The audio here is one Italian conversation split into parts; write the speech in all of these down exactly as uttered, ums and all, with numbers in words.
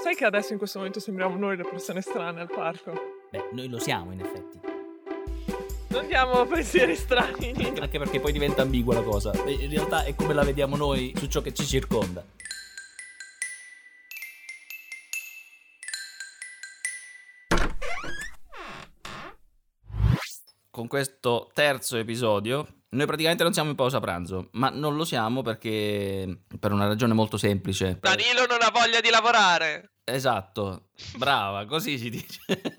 sai che adesso in questo momento sembriamo noi le persone strane al parco? Beh, noi lo siamo in effetti. Non diamo pensieri strani. Anche perché poi diventa ambigua la cosa. In realtà è come la vediamo noi su ciò che ci circonda. Con questo terzo episodio noi praticamente non siamo in pausa pranzo, ma non lo siamo perché per una ragione molto semplice. Danilo non ha voglia di lavorare. Esatto, brava, così si dice.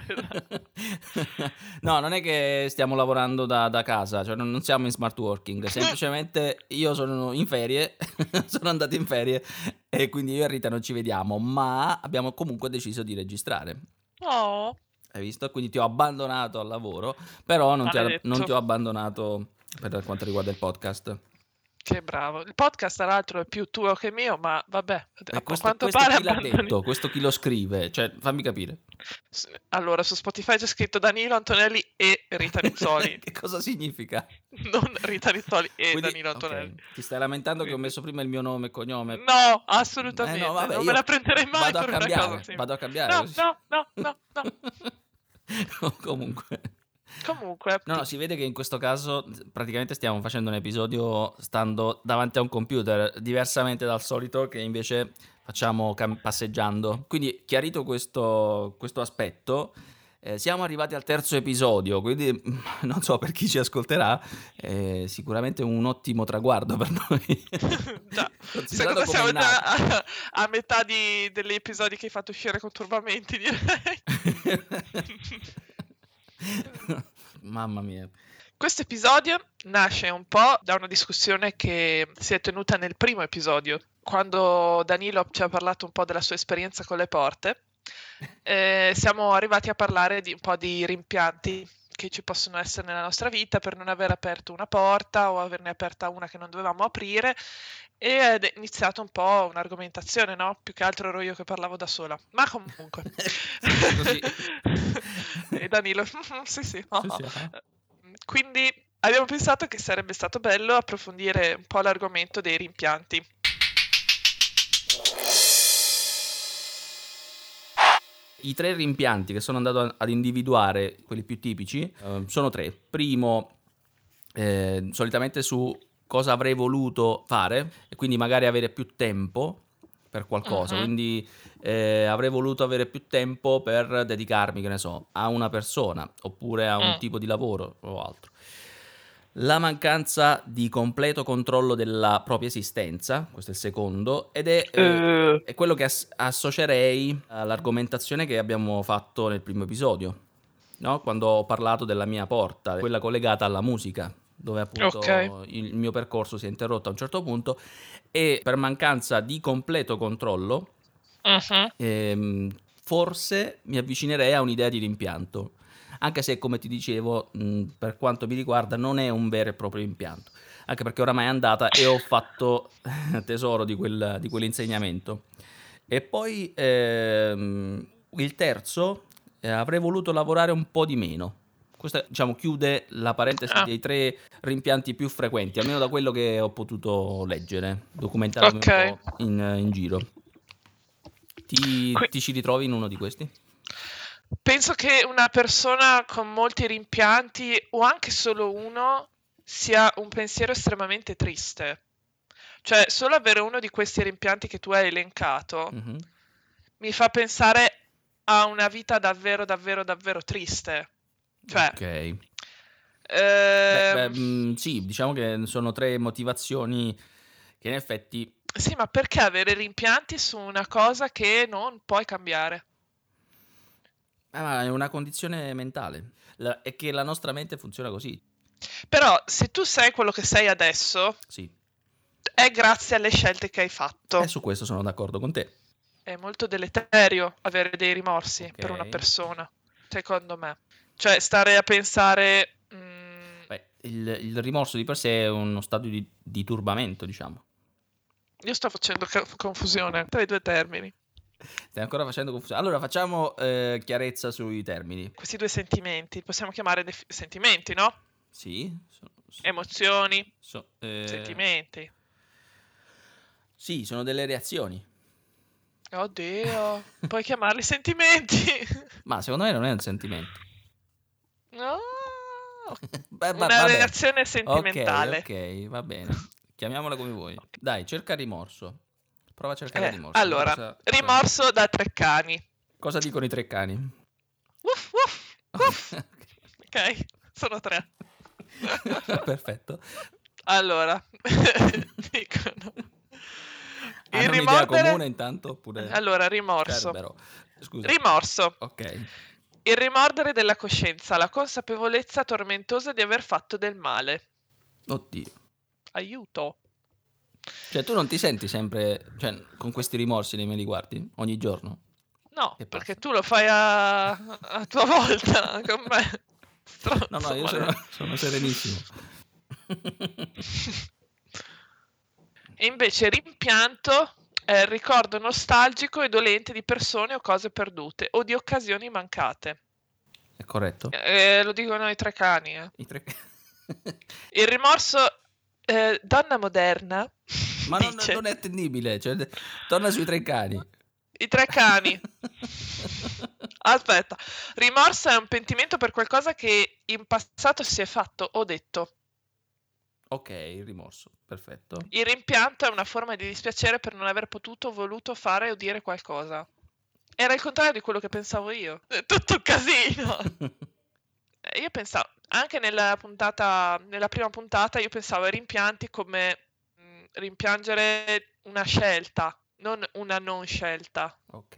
No, non è che stiamo lavorando da, da casa, cioè non, non siamo in smart working, semplicemente io sono in ferie, sono andato in ferie e quindi io e Rita non ci vediamo, ma abbiamo comunque deciso di registrare. Oh. Hai visto? Quindi ti ho abbandonato al lavoro, però non ti, ho, Maledetto. non ti ho abbandonato per quanto riguarda il podcast. Che bravo. Il podcast, tra l'altro, è più tuo che mio, ma vabbè. E A questo, quanto questo pare chi l'ha abbandoni- detto? Questo chi lo scrive? Cioè, fammi capire. S- Allora, su Spotify c'è scritto Danilo Antonelli e Rita Rizzoli. Che cosa significa? Non Rita Rizzoli e Quindi- Danilo Antonelli. ok, ti stai lamentando che ho messo prima il mio nome e cognome? No, assolutamente. Eh no, vabbè, non io me la prenderei mai vado a per una cambiare, cosa simile. vado a cambiare No, così. no, no, no, no. Comunque. Comunque, No, no, si vede che in questo caso praticamente stiamo facendo un episodio stando davanti a un computer, diversamente dal solito che invece facciamo cam- passeggiando. Quindi, chiarito questo, questo aspetto, eh, siamo arrivati al terzo episodio, quindi non so per chi ci ascolterà, è sicuramente un ottimo traguardo per noi. già, Considerato secondo come siamo è già nato. a, a metà di- degli episodi che hai fatto uscire con turbamenti, direi. Mamma mia. Questo episodio nasce un po' da una discussione che si è tenuta nel primo episodio, quando Danilo ci ha parlato un po' della sua esperienza con le porte. Eh, siamo arrivati a parlare di un po' di rimpianti che ci possono essere nella nostra vita per non aver aperto una porta o averne aperta una che non dovevamo aprire, ed è iniziato un po' un'argomentazione, no? Più che altro ero io che parlavo da sola, ma comunque. Sempre così. E Danilo, sì sì. Sì, sì, ah. Quindi abbiamo pensato che sarebbe stato bello approfondire un po' l'argomento dei rimpianti. I tre rimpianti che sono andato ad individuare, quelli più tipici, eh, sono tre. Primo, eh, solitamente su cosa avrei voluto fare e quindi magari avere più tempo per qualcosa. Mhm. Quindi eh, avrei voluto avere più tempo per dedicarmi, che ne so, a una persona oppure a un Mm. tipo di lavoro o altro. La mancanza di completo controllo della propria esistenza, questo è il secondo, ed è, eh, Eh, è quello che ass- associerei all'argomentazione che abbiamo fatto nel primo episodio, no? Quando ho parlato della mia porta, quella collegata alla musica, dove appunto Ok. il mio percorso si è interrotto a un certo punto e per mancanza di completo controllo Mhm. ehm, forse mi avvicinerei a un'idea di rimpianto. Anche se, come ti dicevo, mh, per quanto mi riguarda non è un vero e proprio impianto, anche perché oramai è andata e ho fatto tesoro di, quel, di quell'insegnamento. E poi ehm, il terzo, eh, avrei voluto lavorare un po' di meno. Questa, diciamo, chiude la parentesi Ah, dei tre rimpianti più frequenti, almeno da quello che ho potuto leggere, documentandomi ok. un po' in, in giro. Ti, Qui- ti ci ritrovi in uno di questi? Penso che una persona con molti rimpianti, o anche solo uno, sia un pensiero estremamente triste. Cioè, solo avere uno di questi rimpianti che tu hai elencato Mhm. mi fa pensare a una vita davvero, davvero, davvero triste. Cioè, Ok. Beh, beh, ehm, mh, sì, diciamo che sono tre motivazioni che in effetti sì, ma perché avere rimpianti su una cosa che non puoi cambiare? eh, ma è una condizione mentale. La- è che la nostra mente funziona così. Però, se tu sei quello che sei adesso, Sì, è grazie alle scelte che hai e fatto. su questo sono d'accordo con te. È molto deleterio avere dei rimorsi Ok. per una persona, secondo me. Cioè, stare a pensare... mm, Beh, il, il rimorso di per sé è uno stato di, di turbamento, diciamo. io sto facendo ca- confusione tra i due termini. Stai ancora facendo confusione. Allora facciamo eh, chiarezza sui termini. Questi due sentimenti, possiamo chiamare def- sentimenti, no? Sì, so- so- Emozioni, so- eh, sentimenti. sì, sono delle reazioni. Oddio, puoi chiamarli sentimenti. Ma secondo me non è un sentimento. No, Beh, va- una vabbè. reazione Ok, sentimentale. ok, va bene. Chiamiamola come vuoi. Ok. Dai, cerca rimorso. Prova a cercare Eh, rimorso. Vedi allora, cosa, cosa- rimorso da tre cani. cosa dicono i tre cani. Uff, uff, uff. Ok, sono tre. Perfetto. Allora, dicono il Hanno un'idea rimordere. comune intanto oppure Allora, rimorso. Cerbero. Scusa. Rimorso. Ok. Il rimordere della coscienza, la consapevolezza tormentosa di aver fatto del male. Oddio. Aiuto. Cioè tu non ti senti sempre, cioè, con questi rimorsi nei miei riguardi ogni giorno? No, Che perché passa? tu lo fai a, a tua volta con me. Stronzo, No, no, io sono, maledetto. sono serenissimo. E invece rimpianto è il ricordo nostalgico e dolente di persone o cose perdute o di occasioni mancate. È corretto? Eh, lo dicono i tre cani. Eh. I tre... Il rimorso, eh, donna moderna, Ma non, dice, non è attendibile, cioè, torna sui tre cani. i tre cani. Aspetta, rimorso è un pentimento per qualcosa che in passato si è fatto o detto. Ok, il rimorso, perfetto. Il rimpianto è una forma di dispiacere per non aver potuto o voluto fare o dire qualcosa. Era il contrario di quello che pensavo io. È tutto un casino. Eh, Io pensavo, anche nella puntata, nella prima puntata, io pensavo ai rimpianti come mh, rimpiangere una scelta, non una non scelta. Ok.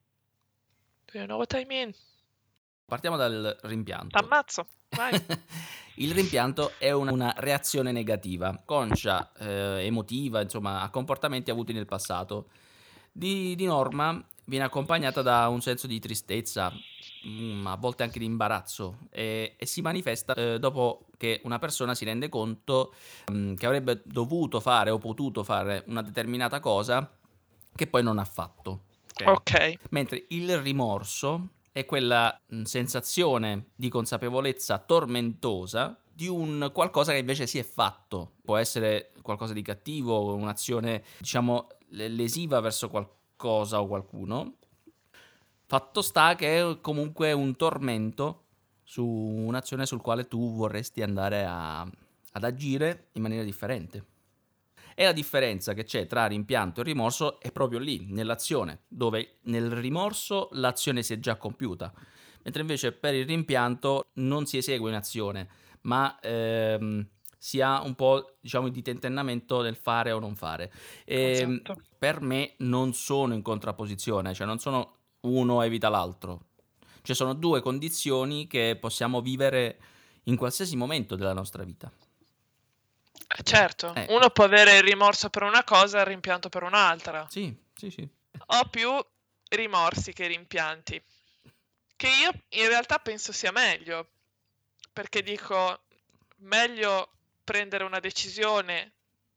Do you know what I mean? Partiamo dal rimpianto. T'ammazzo, vai. Il rimpianto è una, una reazione negativa, conscia, eh, emotiva, insomma, a comportamenti avuti nel passato. Di, di norma viene accompagnata da un senso di tristezza, mm, a volte anche di imbarazzo, e, e si manifesta eh, dopo che una persona si rende conto mm, che avrebbe dovuto fare o potuto fare una determinata cosa che poi non ha fatto. Ok? Ok, Mentre il rimorso è quella mh, sensazione di consapevolezza tormentosa di un qualcosa che invece si è fatto. Può essere qualcosa di cattivo, un'azione, diciamo, le- lesiva verso qualcosa o qualcuno. Fatto sta che è comunque un tormento su un'azione sul quale tu vorresti andare a- ad agire in maniera differente. E la differenza che c'è tra rimpianto e rimorso è proprio lì, nell'azione, dove nel rimorso l'azione si è già compiuta, mentre invece per il rimpianto non si esegue un'azione, ma ehm, si ha un po', diciamo, di tentennamento nel fare o non fare. E esatto. per me non sono in contrapposizione, cioè non sono uno evita l'altro. Cioè sono due condizioni che possiamo vivere in qualsiasi momento della nostra vita. Eh, Certo, Ecco. uno può avere il rimorso per una cosa e il rimpianto per un'altra. Sì, sì, sì. Ho più rimorsi che rimpianti, che io in realtà penso sia meglio, perché dico, meglio prendere una decisione,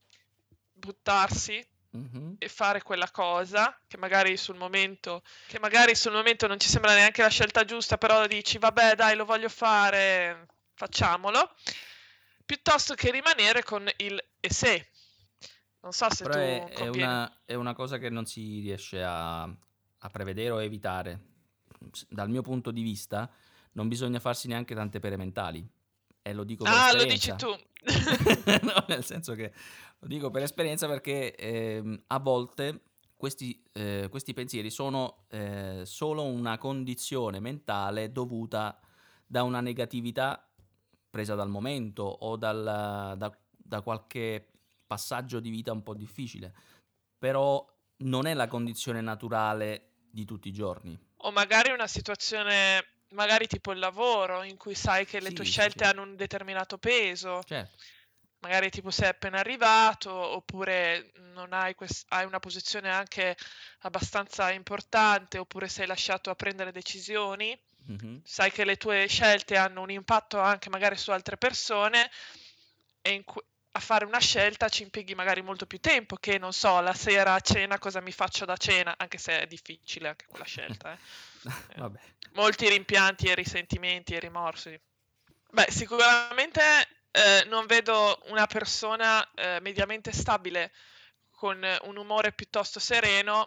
buttarsi Mhm. e fare quella cosa, che magari sul momento, che magari sul momento non ci sembra neanche la scelta giusta, però dici, vabbè, dai, lo voglio fare, facciamolo, piuttosto che rimanere con il e se. Non so se Però tu è, è convieni. una, è una cosa che non si riesce a, a prevedere o evitare. S- Dal mio punto di vista, non bisogna farsi neanche tante pere mentali. E lo dico per Ah, lo dici esperienza. tu. No, nel senso che lo dico per esperienza perché ehm, a volte questi, eh, questi pensieri sono eh, solo una condizione mentale dovuta da una negatività presa dal momento o dal- da, da qualche passaggio di vita un po' difficile, però non è la condizione naturale di tutti i giorni. O magari una situazione, magari tipo il lavoro, in cui sai che le tue Sì, sì, scelte sì, hanno un determinato peso. certo. Magari tipo sei appena arrivato, oppure non hai, quest- hai una posizione anche abbastanza importante, oppure sei lasciato a prendere decisioni. Mhm. Sai che le tue scelte hanno un impatto anche magari su altre persone e in cu- a fare una scelta ci impieghi magari molto più tempo che, non so, la sera a cena cosa mi faccio da cena, anche se è difficile anche quella scelta. Eh. Eh, Vabbè. Molti rimpianti e risentimenti e rimorsi. Beh, sicuramente eh, non vedo una persona eh, mediamente stabile con un umore piuttosto sereno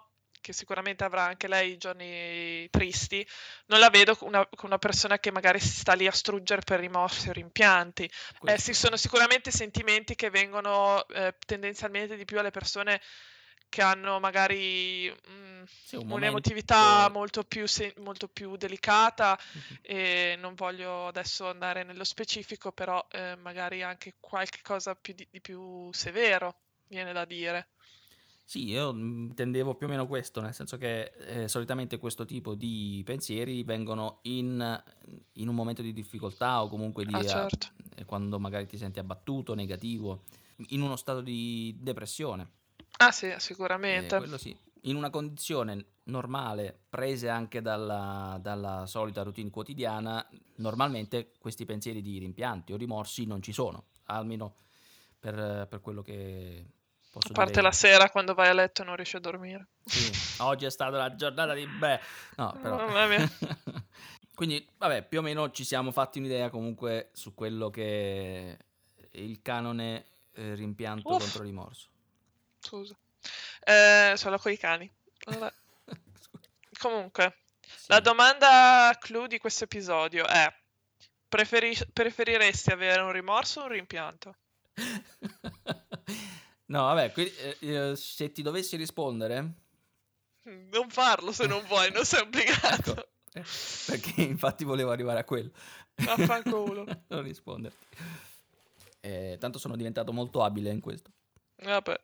che sicuramente avrà anche lei giorni tristi, non la vedo come una, come una persona che magari si sta lì a struggere per rimorsi o rimpianti. Eh, Questo sì, è- sono sicuramente sentimenti che vengono eh, tendenzialmente di più alle persone che hanno magari mm, Sì, un un'emotività momento. molto più, se- molto più delicata, Mhm. e non voglio adesso andare nello specifico, però eh, magari anche qualche cosa più di, di più severo, viene da dire. Sì, io mm, intendevo più o meno questo, nel senso che eh, solitamente questo tipo di pensieri vengono in, in un momento di difficoltà o comunque Ah, di, eh, certo. quando magari ti senti abbattuto, negativo, in uno stato di depressione. Ah, sì, Eh, sicuramente. quello sì. In una condizione normale, prese anche dalla, dalla solita routine quotidiana, normalmente questi pensieri di rimpianti o rimorsi non ci sono, almeno per, per quello che A posso dire parte la io. sera quando vai a letto e non riesci a dormire. Sì, oggi è stata una giornata di beh. No, però. Mamma mia. Quindi, vabbè, più o meno ci siamo fatti un'idea comunque su quello che è il canone eh, rimpianto Uff, contro rimorso. scusa. Eh, solo coi cani. Vabbè. Comunque, la Sì. domanda clou di questo episodio è: preferi- preferiresti avere un rimorso o un rimpianto? No, vabbè, quindi, eh, eh, se ti dovessi rispondere, Non farlo se non vuoi, non sei ecco, obbligato. eh, perché infatti volevo arrivare a quello. Vaffanculo. Non risponderti. Eh, tanto sono diventato molto abile in questo. Vabbè.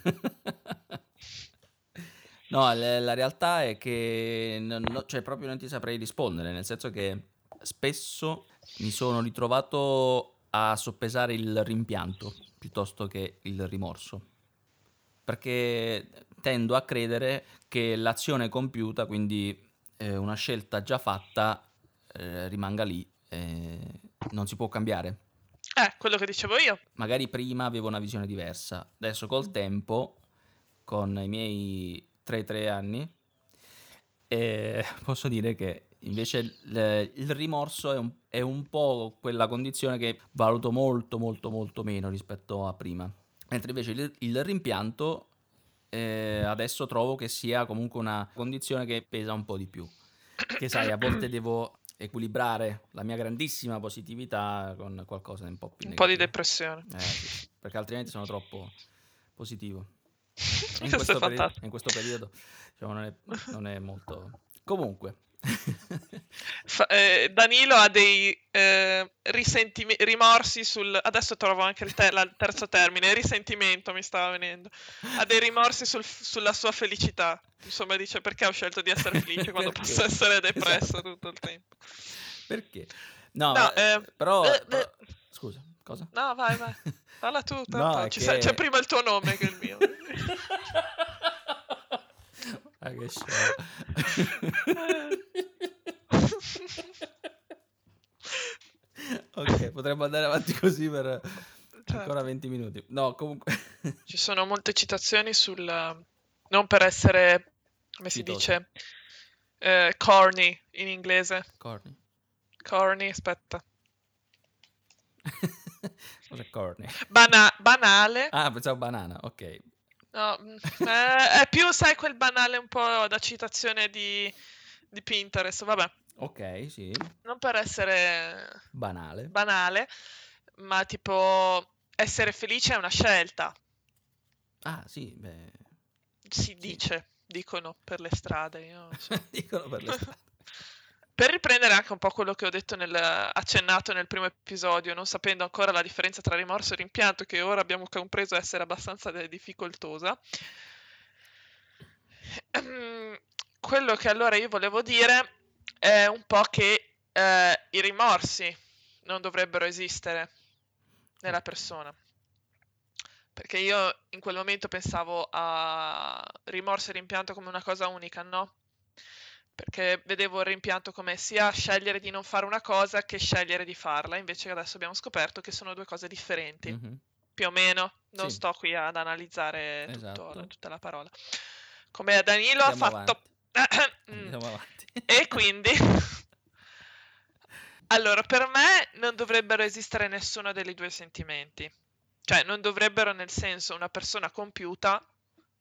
No, la, la realtà è che non, no- cioè, proprio non ti saprei rispondere, nel senso che spesso mi sono ritrovato a soppesare il rimpianto piuttosto che il rimorso, perché tendo a credere che l'azione compiuta, quindi eh, una scelta già fatta, eh, rimanga lì, eh, non si può cambiare. Eh, quello che dicevo io. Magari prima avevo una visione diversa, adesso col tempo, con i miei trentatré anni, eh, posso dire che invece il, il rimorso è un, è un po' quella condizione che valuto molto molto molto meno rispetto a prima, mentre invece il, il rimpianto eh, adesso trovo che sia comunque una condizione che pesa un po' di più, che sai, a volte devo equilibrare la mia grandissima positività con qualcosa di un po' più Un po' di negativo. depressione. Eh sì, perché altrimenti sono troppo positivo. E in Questo è questo, peri- fantastico. in questo periodo diciamo, non, è, non è molto. Comunque, Fa- eh, Danilo ha dei eh, risentimi- rimorsi sul... Adesso trovo anche il, te- la- il terzo termine, risentimento mi stava venendo. Ha dei rimorsi sul- sulla sua felicità. Insomma, dice: perché ho scelto di essere felice quando perché? posso essere depresso Esatto. tutto il tempo. Perché? No, No, eh, eh, però, eh, però- eh, Scusa, cosa? no, vai, vai. Parla tu, No, tanto è ci sa- c'è che. prima il tuo nome che il mio. Ah, che scemo. Ok, potremmo andare avanti così per ancora Certo. venti minuti. No, comunque. Ci sono molte citazioni sul... non per essere, come si Pietoso. dice, eh, corny in inglese. Corny. Corny, aspetta. Cos'è corny? Bana- banale. Ah, pensavo banana, ok. No, mm, eh, è più, sai, quel banale un po' da citazione di, di Pinterest. Vabbè, Ok, sì. non per essere Banale. banale, ma tipo essere felice è una scelta. Ah, sì, beh. Si Sì. dice, dicono per le strade. Io non so. Dicono per le strade. Per riprendere anche un po' quello che ho detto nel, accennato nel primo episodio, non sapendo ancora la differenza tra rimorso e rimpianto, che ora abbiamo compreso essere abbastanza de- difficoltosa, ehm, quello che allora io volevo dire è un po' che eh, i rimorsi non dovrebbero esistere nella persona. Perché io in quel momento pensavo a rimorso e rimpianto come una cosa unica, no? Perché vedevo il rimpianto come sia scegliere di non fare una cosa che scegliere di farla, invece adesso abbiamo scoperto che sono due cose differenti, Mhm. più o meno, non Sì, sto qui ad analizzare tutto, esatto. tutta la parola. Come Danilo ha Andiamo fatto... avanti. Mm. Andiamo avanti. E quindi... Allora, per me non dovrebbero esistere nessuno dei due sentimenti. Cioè, non dovrebbero, nel senso, una persona compiuta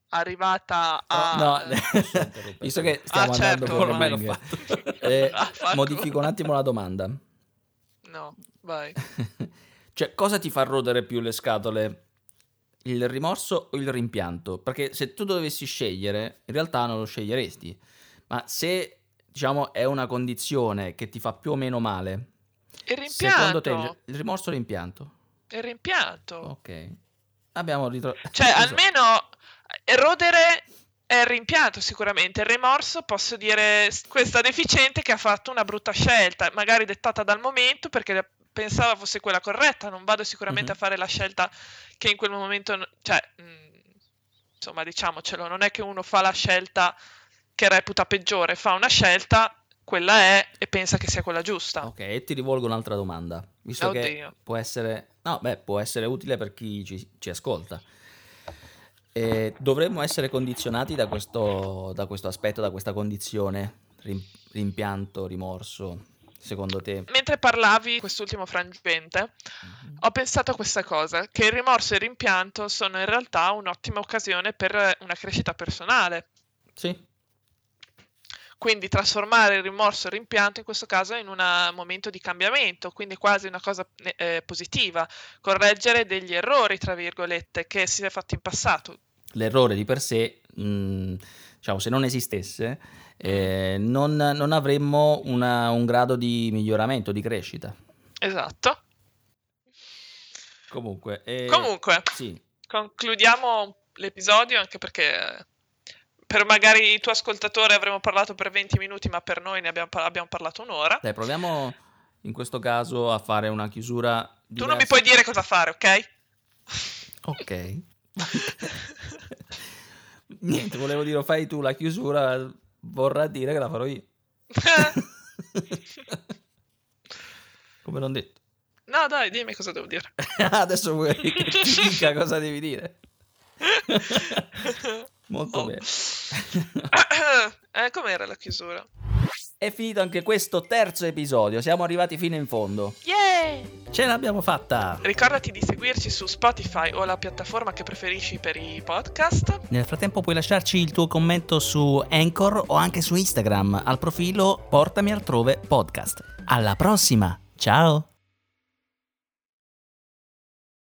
arrivata a... No, visto che stiamo ah, andando certo, per ormai lo l'ho fatto. Eh, Ah, fatto. modifico un attimo la domanda. No, vai. Cioè, cosa ti fa rodere più le scatole? Il rimorso o il rimpianto? Perché se tu dovessi scegliere, in realtà non lo sceglieresti. Ma se, diciamo, è una condizione che ti fa più o meno male, Il rimpianto. secondo te il, il rimorso o il rimpianto? Il rimpianto. Ok. Abbiamo ritrovato... Cioè, almeno erodere è il rimpianto sicuramente. Il rimorso posso dire questa deficiente che ha fatto una brutta scelta, magari dettata dal momento perché pensava fosse quella corretta. Non vado sicuramente Mhm. a fare la scelta che in quel momento... Cioè, mh, insomma, diciamocelo, non è che uno fa la scelta che reputa peggiore, fa una scelta, quella è, e pensa che sia quella giusta. Ok, e ti rivolgo un'altra domanda, visto Oddio. che può essere, no, beh, può essere utile per chi ci, ci ascolta. Eh, dovremmo essere condizionati da questo, da questo aspetto, da questa condizione, rim- rimpianto, rimorso, secondo te? Mentre parlavi quest'ultimo frangente, Mhm. ho pensato a questa cosa, che il rimorso e il rimpianto sono in realtà un'ottima occasione per una crescita personale. Sì, Quindi trasformare il rimorso e il rimpianto in questo caso in un momento di cambiamento, quindi quasi una cosa eh, positiva, correggere degli errori, tra virgolette, che si è fatto in passato. l'errore di per sé, mh, diciamo, se non esistesse, eh, non, non avremmo una- un grado di miglioramento, di crescita. Esatto. Comunque, eh, Comunque, sì, concludiamo l'episodio anche perché per magari il tuo ascoltatore avremo parlato per venti minuti, ma per noi ne abbiamo, abbiamo parlato un'ora. dai, proviamo in questo caso a fare una chiusura Tu non mi diversa. puoi dire cosa fare, ok? Ok. Niente, volevo dire, fai tu la chiusura, vorrà dire che la farò io. Come non detto. No, dai, dimmi cosa devo dire. Adesso vuoi che ti dica cosa devi dire? Molto Oh. bene. Eh, com'era la chiusura? È finito anche questo terzo episodio, siamo arrivati fino in fondo. Yeah! Ce l'abbiamo fatta! Ricordati di seguirci su Spotify o la piattaforma che preferisci per i podcast. Nel frattempo puoi lasciarci il tuo commento su Anchor o anche su Instagram al profilo Portami Altrove Podcast. Alla prossima, ciao!